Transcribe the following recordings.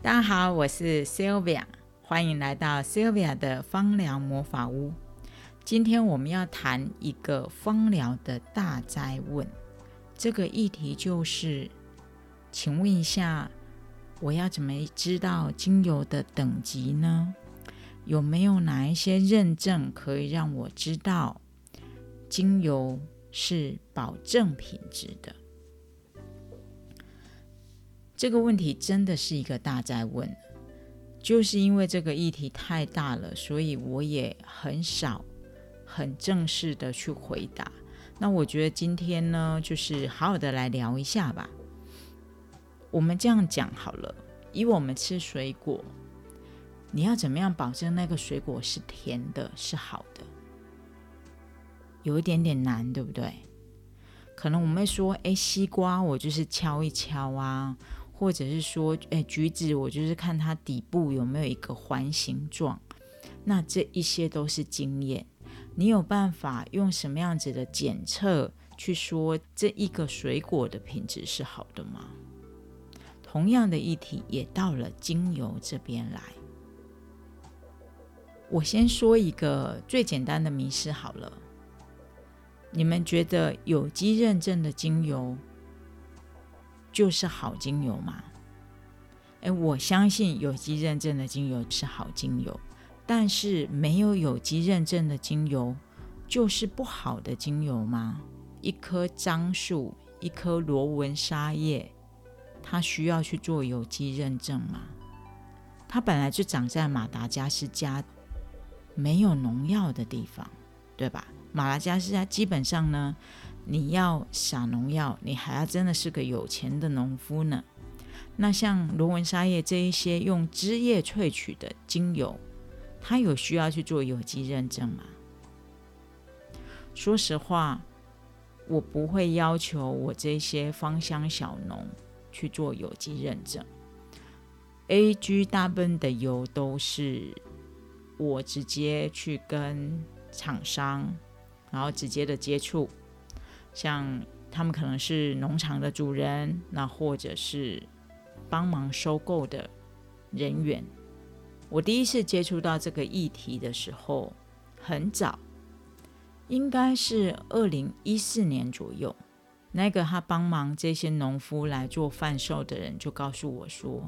大家好，我是 Sylvia， 欢迎来到 Sylvia 的芳疗魔法屋。今天我们要谈一个芳疗的大哉问，这个议题就是，请问一下，我要怎么知道精油的等级呢？有没有哪一些认证可以让我知道精油是保证品质的？这个问题真的是一个大哉问，就是因为这个议题太大了，所以我也很少很正式的去回答。那我觉得今天呢，就是好好的来聊一下吧。我们这样讲好了，以我们吃水果，你要怎么样保证那个水果是甜的，是好的？有一点点难，对不对？可能我们会说，西瓜我就是敲一敲啊，或者是说，橘子我就是看它底部有没有一个环形状。那这一些都是经验，你有办法用什么样子的检测去说这一个水果的品质是好的吗？同样的议题也到了精油这边来。我先说一个最简单的迷思好了，你们觉得有机认证的精油就是好精油吗？我相信有机认证的精油是好精油，但是没有有机认证的精油就是不好的精油吗？一棵樟树，一棵罗纹沙叶，它需要去做有机认证吗？它本来就长在马达加斯加没有农药的地方，对吧？马达加斯加基本上呢，你要撒农药，你还要真的是个有钱的农夫呢。那像罗纹沙叶这一些用枝叶萃取的精油，它有需要去做有机认证吗？说实话，我不会要求我这些芳香小农去做有机认证。AG 大部分的油都是我直接去跟厂商然后直接的接触，像他们可能是农场的主人，那或者是帮忙收购的人员。我第一次接触到这个议题的时候很早，应该是2014年左右，那个他帮忙这些农夫来做贩售的人就告诉我说，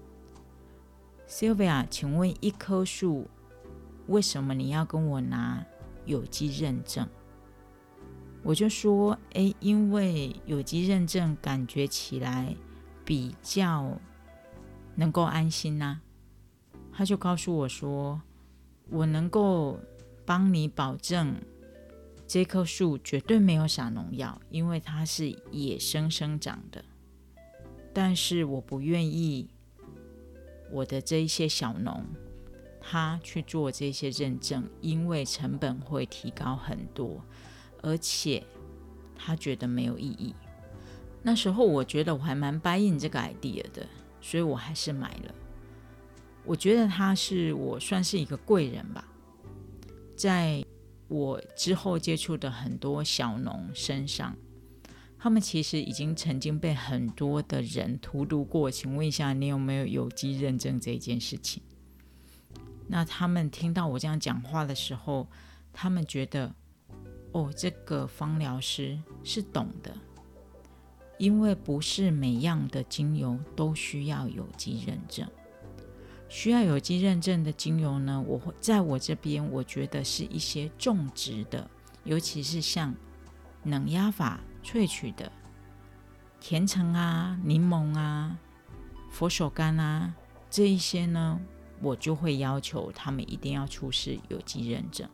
Sylvia， 请问一棵树为什么你要跟我拿有机认证？我就说，因为有机认证感觉起来比较能够安心啊。他就告诉我说，我能够帮你保证这棵树绝对没有撒农药，因为它是野生生长的。但是我不愿意我的这一些小农他去做这些认证，因为成本会提高很多，而且他觉得没有意义。那时候我觉得我还蛮 buy in 这个 idea 的，所以我还是买了。我觉得他是我算是一个贵人吧，在我之后接触的很多小农身上，他们其实已经曾经被很多的人荼毒过。请问一下，你有没有有机认证这一件事情？那他们听到我这样讲话的时候，他们觉得这个芳疗师是懂的，因为不是每样的精油都需要有机认证。需要有机认证的精油呢，在我这边我觉得是一些种植的，尤其是像冷压法萃取的甜橙啊、柠檬啊、佛手柑啊，这一些呢，我就会要求他们一定要出示有机认证。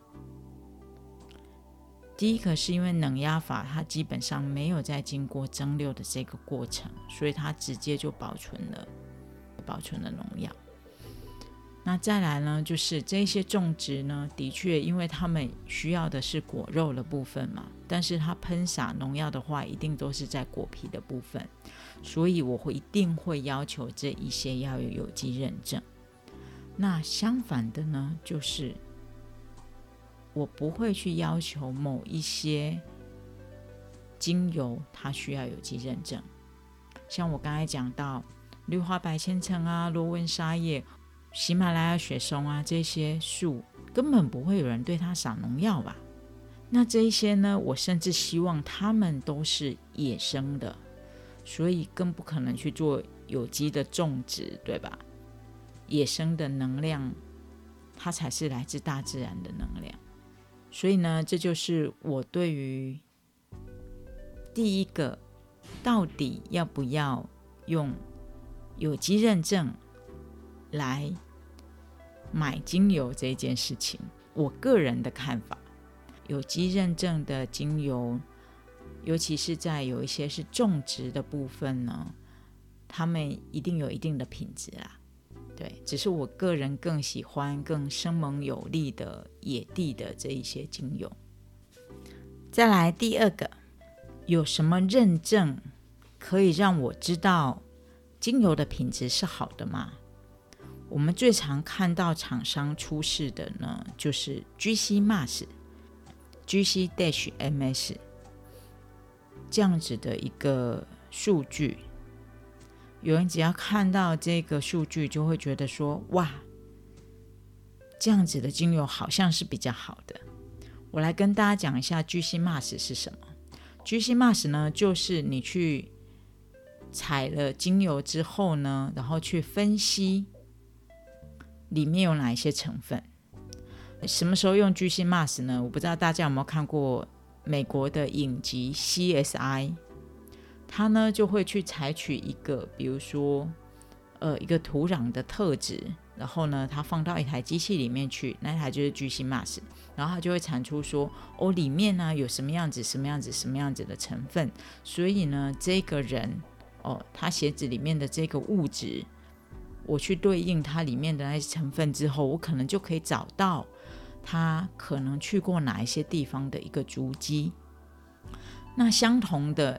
第一个是因为冷压法它基本上没有再经过蒸馏的这个过程，所以它直接就保存了农药。那再来呢，就是这些种植呢，的确因为他们需要的是果肉的部分嘛，但是它喷洒农药的话一定都是在果皮的部分，所以我一定会要求这一些要有有机认证。那相反的呢，就是我不会去要求某一些精油它需要有机认证。像我刚才讲到绿花白千层啊、罗纹沙叶、喜马拉雅雪松啊，这些树根本不会有人对它撒农药吧？那这一些呢，我甚至希望它们都是野生的，所以更不可能去做有机的种植，对吧？野生的能量，它才是来自大自然的能量。所以呢，这就是我对于第一个，到底要不要用有机认证来买精油这件事情，我个人的看法。有机认证的精油，尤其是在有一些是种植的部分呢，他们一定有一定的品质啦。对，只是我个人更喜欢更生猛有力的野地的这一些精油。再来第二个，有什么认证可以让我知道精油的品质是好的吗？我们最常看到厂商出示的呢，就是 GC-MS 这样子的一个数据。有人只要看到这个数据，就会觉得说，哇，这样子的精油好像是比较好的。我来跟大家讲一下 GC-MS 是什么。GC-MS 呢，就是你去采了精油之后呢，然后去分析里面有哪一些成分。什么时候用 GC-MS 呢？我不知道大家有没有看过美国的影集 CSI， 它呢就会去采取一个，比如说一个土壤的特质，然后呢它放到一台机器里面去，那台就是 GC-MS， 然后它就会产出说，里面呢有什么样子什么样子什么样子的成分，所以呢这个人他鞋子里面的这个物质，我去对应它里面的那些成分之后，我可能就可以找到他可能去过哪一些地方的一个足迹。那相同的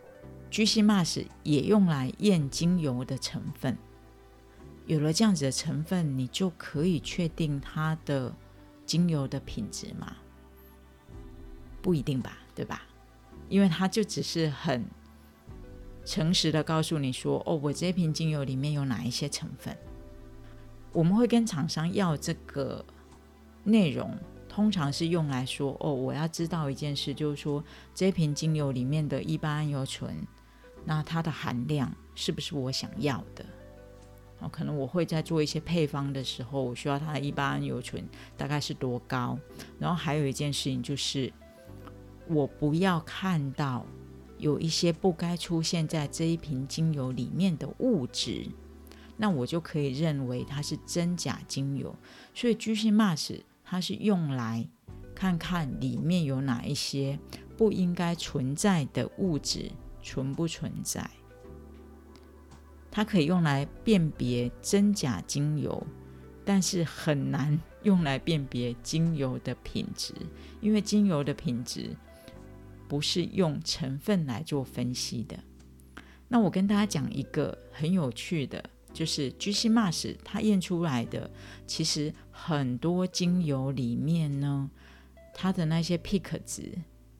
GC-MS 也用来验精油的成分，有了这样子的成分，你就可以确定它的精油的品质吗？不一定吧，对吧？因为它就只是很诚实的告诉你说，我这瓶精油里面有哪一些成分。我们会跟厂商要这个内容，通常是用来说，我要知道一件事，就是说这瓶精油里面的1,8桉油醇，那它的含量是不是我想要的？可能我会在做一些配方的时候，我需要它的1,8桉油醇大概是多高。然后还有一件事情就是，我不要看到有一些不该出现在这一瓶精油里面的物质，那我就可以认为它是真假精油。所以 GC-MS 它是用来看看里面有哪一些不应该存在的物质存不存在，它可以用来辨别真假精油，但是很难用来辨别精油的品质，因为精油的品质不是用成分来做分析的。那我跟大家讲一个很有趣的，就是 GC-MS 它验出来的，其实很多精油里面呢，它的那些 pick 值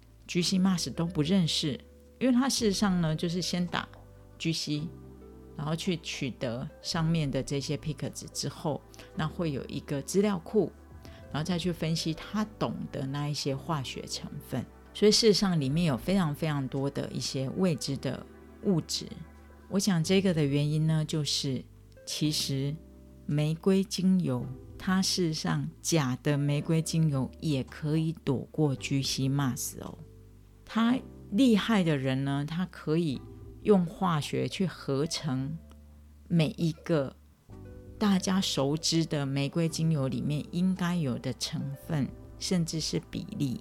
GC-MS 都不认识，因为它事实上呢就是先打 GC， 然后去取得上面的这些 pick 值之后，那会有一个资料库，然后再去分析他懂的那一些化学成分。所以事实上里面有非常非常多的一些未知的物质。我想这个的原因呢，就是其实玫瑰精油它事实上假的玫瑰精油也可以躲过 GC-MS 哦。它厉害的人呢，他可以用化学去合成每一个大家熟知的玫瑰精油里面应该有的成分，甚至是比例。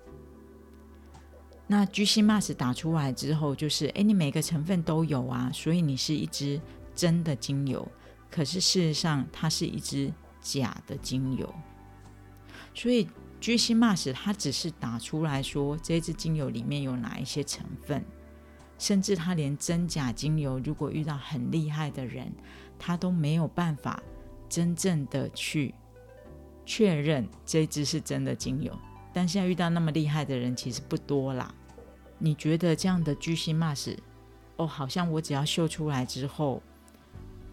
那 GC-MS 打出来之后，就是你每个成分都有啊，所以你是一支真的精油，可是事实上它是一支假的精油。所以 GC-MS 它只是打出来说这支精油里面有哪一些成分，甚至它连真假精油如果遇到很厉害的人，他都没有办法真正的去确认这支是真的精油。但现在遇到那么厉害的人其实不多啦。你觉得这样的 GC-MS 好像我只要秀出来之后，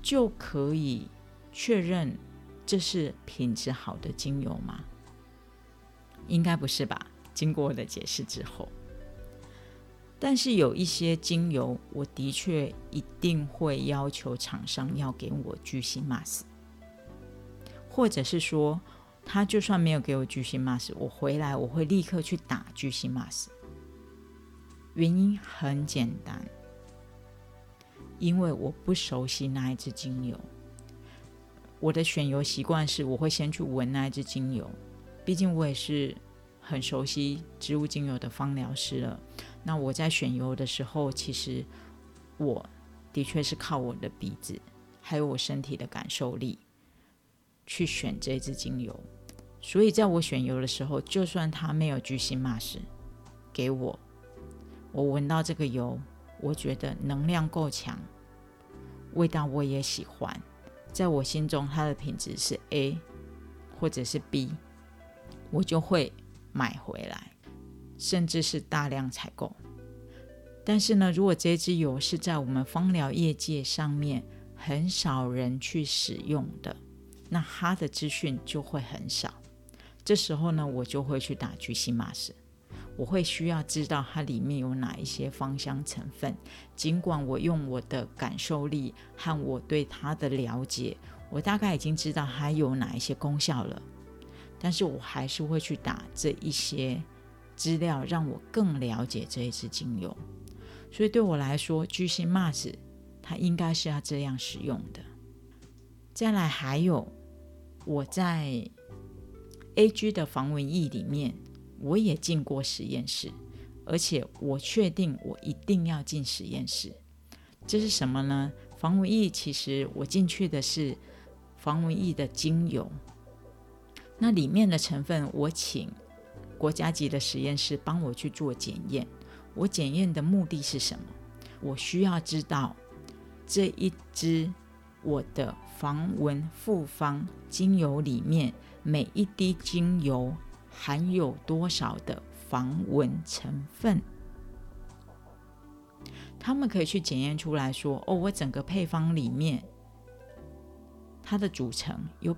就可以确认这是品质好的精油吗？应该不是吧，经过我的解释之后。但是有一些精油我的确一定会要求厂商要给我 GC Mass， 或者是说他就算没有给我 GC Mass， 我回来我会立刻去打 GC Mass。 原因很简单，因为我不熟悉那一支精油。我的选油习惯是我会先去闻那一支精油，毕竟我也是很熟悉植物精油的芳疗师了。那我在选油的时候，其实我的确是靠我的鼻子还有我身体的感受力去选这支精油。所以在我选油的时候，就算它没有 GC Mass 给我闻到这个油，我觉得能量够强，味道我也喜欢，在我心中它的品质是 A 或者是 B， 我就会买回来，甚至是大量采购。但是呢，如果这支油是在我们芳疗业界上面很少人去使用的，那它的资讯就会很少。这时候呢，我就会去打 GC Mass， 我会需要知道它里面有哪一些芳香成分。尽管我用我的感受力和我对它的了解，我大概已经知道它有哪一些功效了，但是我还是会去打这一些资料，让我更了解这一支精油。所以对我来说 GC Mass 它应该是要这样使用的。再来还有我在 AG 的防蚊液里面我也进过实验室，而且我确定我一定要进实验室。这是什么呢？防蚊液其实我进去的是防蚊液的精油，那里面的成分我请国家级的实验室帮我去做检验。我检验的目的是什么？我需要知道这一支我的防蚊复方精油里面每一滴精油含有多少的防蚊成分。他们可以去检验出来说，我整个配方里面它的组成有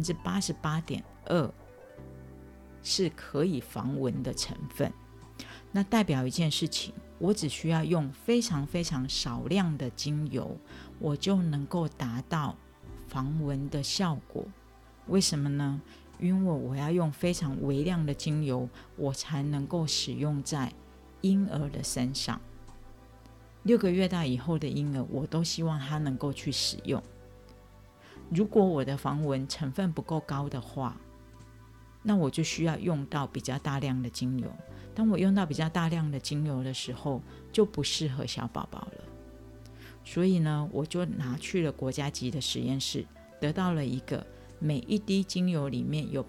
88.2% 是可以防蚊的成分。那代表一件事情，我只需要用非常非常少量的精油，我就能够达到防蚊的效果。为什么呢？因为我要用非常微量的精油，我才能够使用在婴儿的身上。6个月大以后的婴儿，我都希望他能够去使用。如果我的防蚊成分不够高的话，那我就需要用到比较大量的精油。当我用到比较大量的精油的时候，就不适合小宝宝了。所以呢，我就拿去了国家级的实验室，得到了一个每一滴精油里面有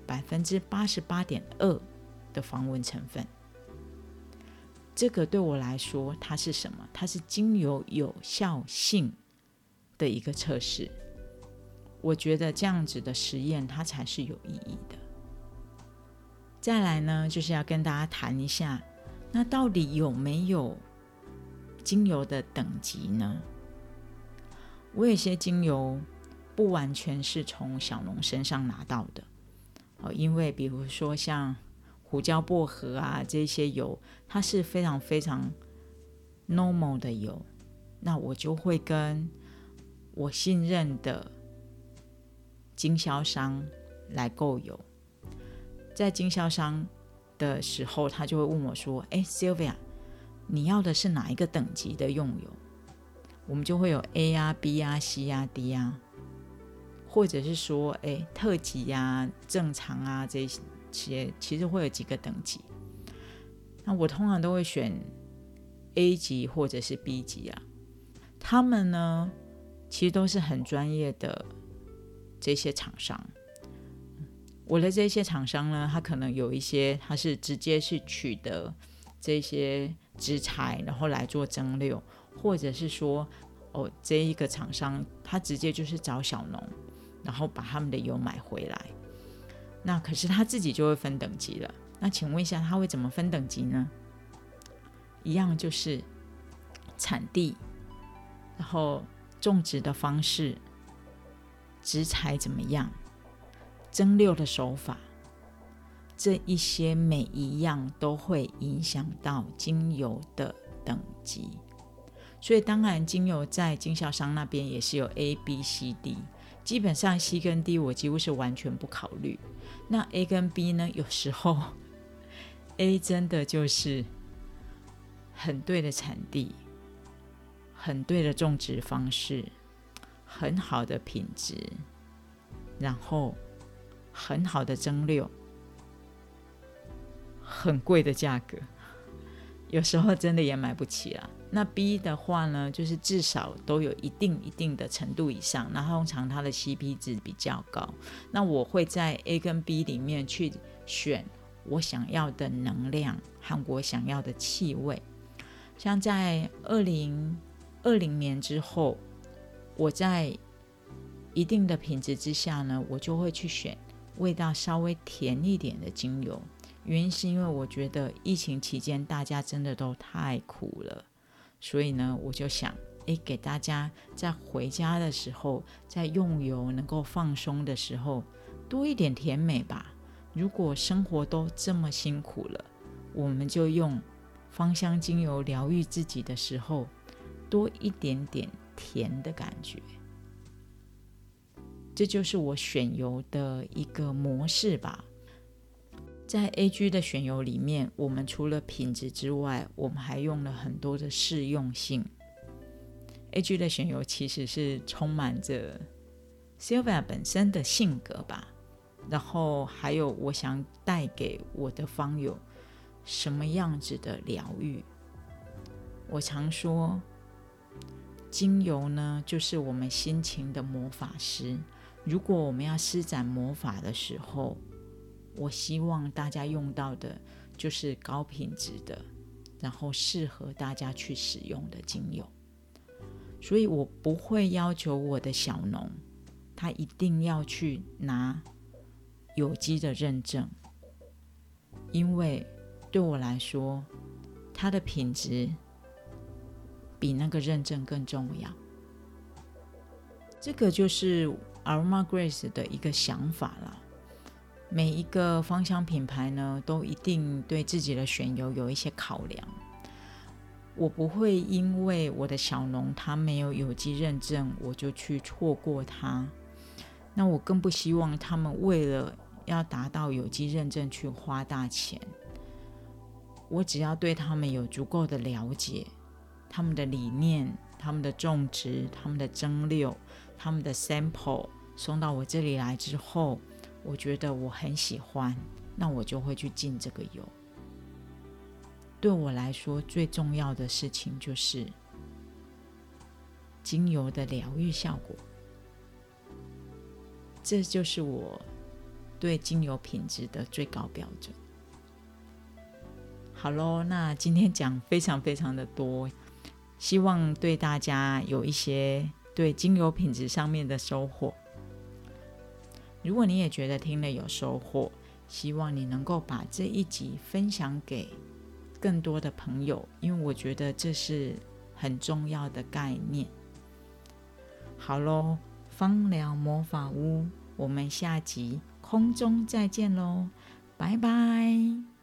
88.2% 的防蚊成分。这个对我来说，它是什么？它是精油有效性的一个测试。我觉得这样子的实验它才是有意义的。再来呢，就是要跟大家谈一下，那到底有没有精油的等级呢？我有些精油不完全是从小农身上拿到的，因为比如说像胡椒薄荷啊这些油，它是非常非常 normal 的油，那我就会跟我信任的经销商来购油。在经销商的时候，他就会问我说，Sylvia， 你要的是哪一个等级的用油？我们就会有 A 啊 B 啊 C 啊 D 啊，或者是说特级啊正常啊，这些其实会有几个等级。那我通常都会选 A 级或者是 B 级啊。他们呢其实都是很专业的这些厂商。我的这些厂商呢，他可能有一些他是直接去取得这些植材然后来做蒸馏，或者是说这一个厂商他直接就是找小农，然后把他们的油买回来。那可是他自己就会分等级了。那请问一下，他会怎么分等级呢？一样就是产地，然后种植的方式， 植材怎么样，蒸馏的手法，这一些每一样都会影响到精油的等级。所以当然精油在经销商那边也是有 A、B、C、D， 基本上 C 跟 D 我几乎是完全不考虑。那 A 跟 B 呢，有时候 A 真的就是很对的产地，很对的种植方式，很好的品质，然后很好的蒸馏，很贵的价格，有时候真的也买不起啦。那 B 的话呢，就是至少都有一定的程度以上，那通常它的 CP 值比较高。那我会在 A 跟 B 里面去选我想要的能量和我想要的气味。像在2020年之后，我在一定的品质之下呢，我就会去选味道稍微甜一点的精油。原因是因为我觉得疫情期间大家真的都太苦了，所以呢，我就想给大家在回家的时候，在用油能够放松的时候，多一点甜美吧。如果生活都这么辛苦了，我们就用芳香精油疗愈自己的时候，多一点点甜的感觉。这就是我选油的一个模式吧。在 AG 的选油里面，我们除了品质之外，我们还用了很多的适用性。AG 的选油其实是充满着 Sylvia 本身的性格吧，然后还有我想带给我的芳友什么样子的疗愈。我常说，精油呢，就是我们心情的魔法师。如果我们要施展魔法的时候，我希望大家用到的就是高品质的，然后适合大家去使用的精油。所以我不会要求我的小农他一定要去拿有机的认证，因为对我来说，它的品质比那个认证更重要。这个就是 Aroma Grace 的一个想法啦。每一个芳香品牌呢，都一定对自己的选油有一些考量。我不会因为我的小农他没有有机认证，我就去错过它。那我更不希望他们为了要达到有机认证去花大钱。我只要对他们有足够的了解，他们的理念，他们的种植，他们的蒸馏，他们的 sample 送到我这里来之后，我觉得我很喜欢，那我就会去进这个油。对我来说，最重要的事情就是精油的疗愈效果，这就是我对精油品质的最高标准。好咯，那今天讲非常非常的多，希望对大家有一些对精油品质上面的收获。如果你也觉得听了有收获，希望你能够把这一集分享给更多的朋友，因为我觉得这是很重要的概念。好咯，芳疗魔法屋，我们下集空中再见咯，拜拜。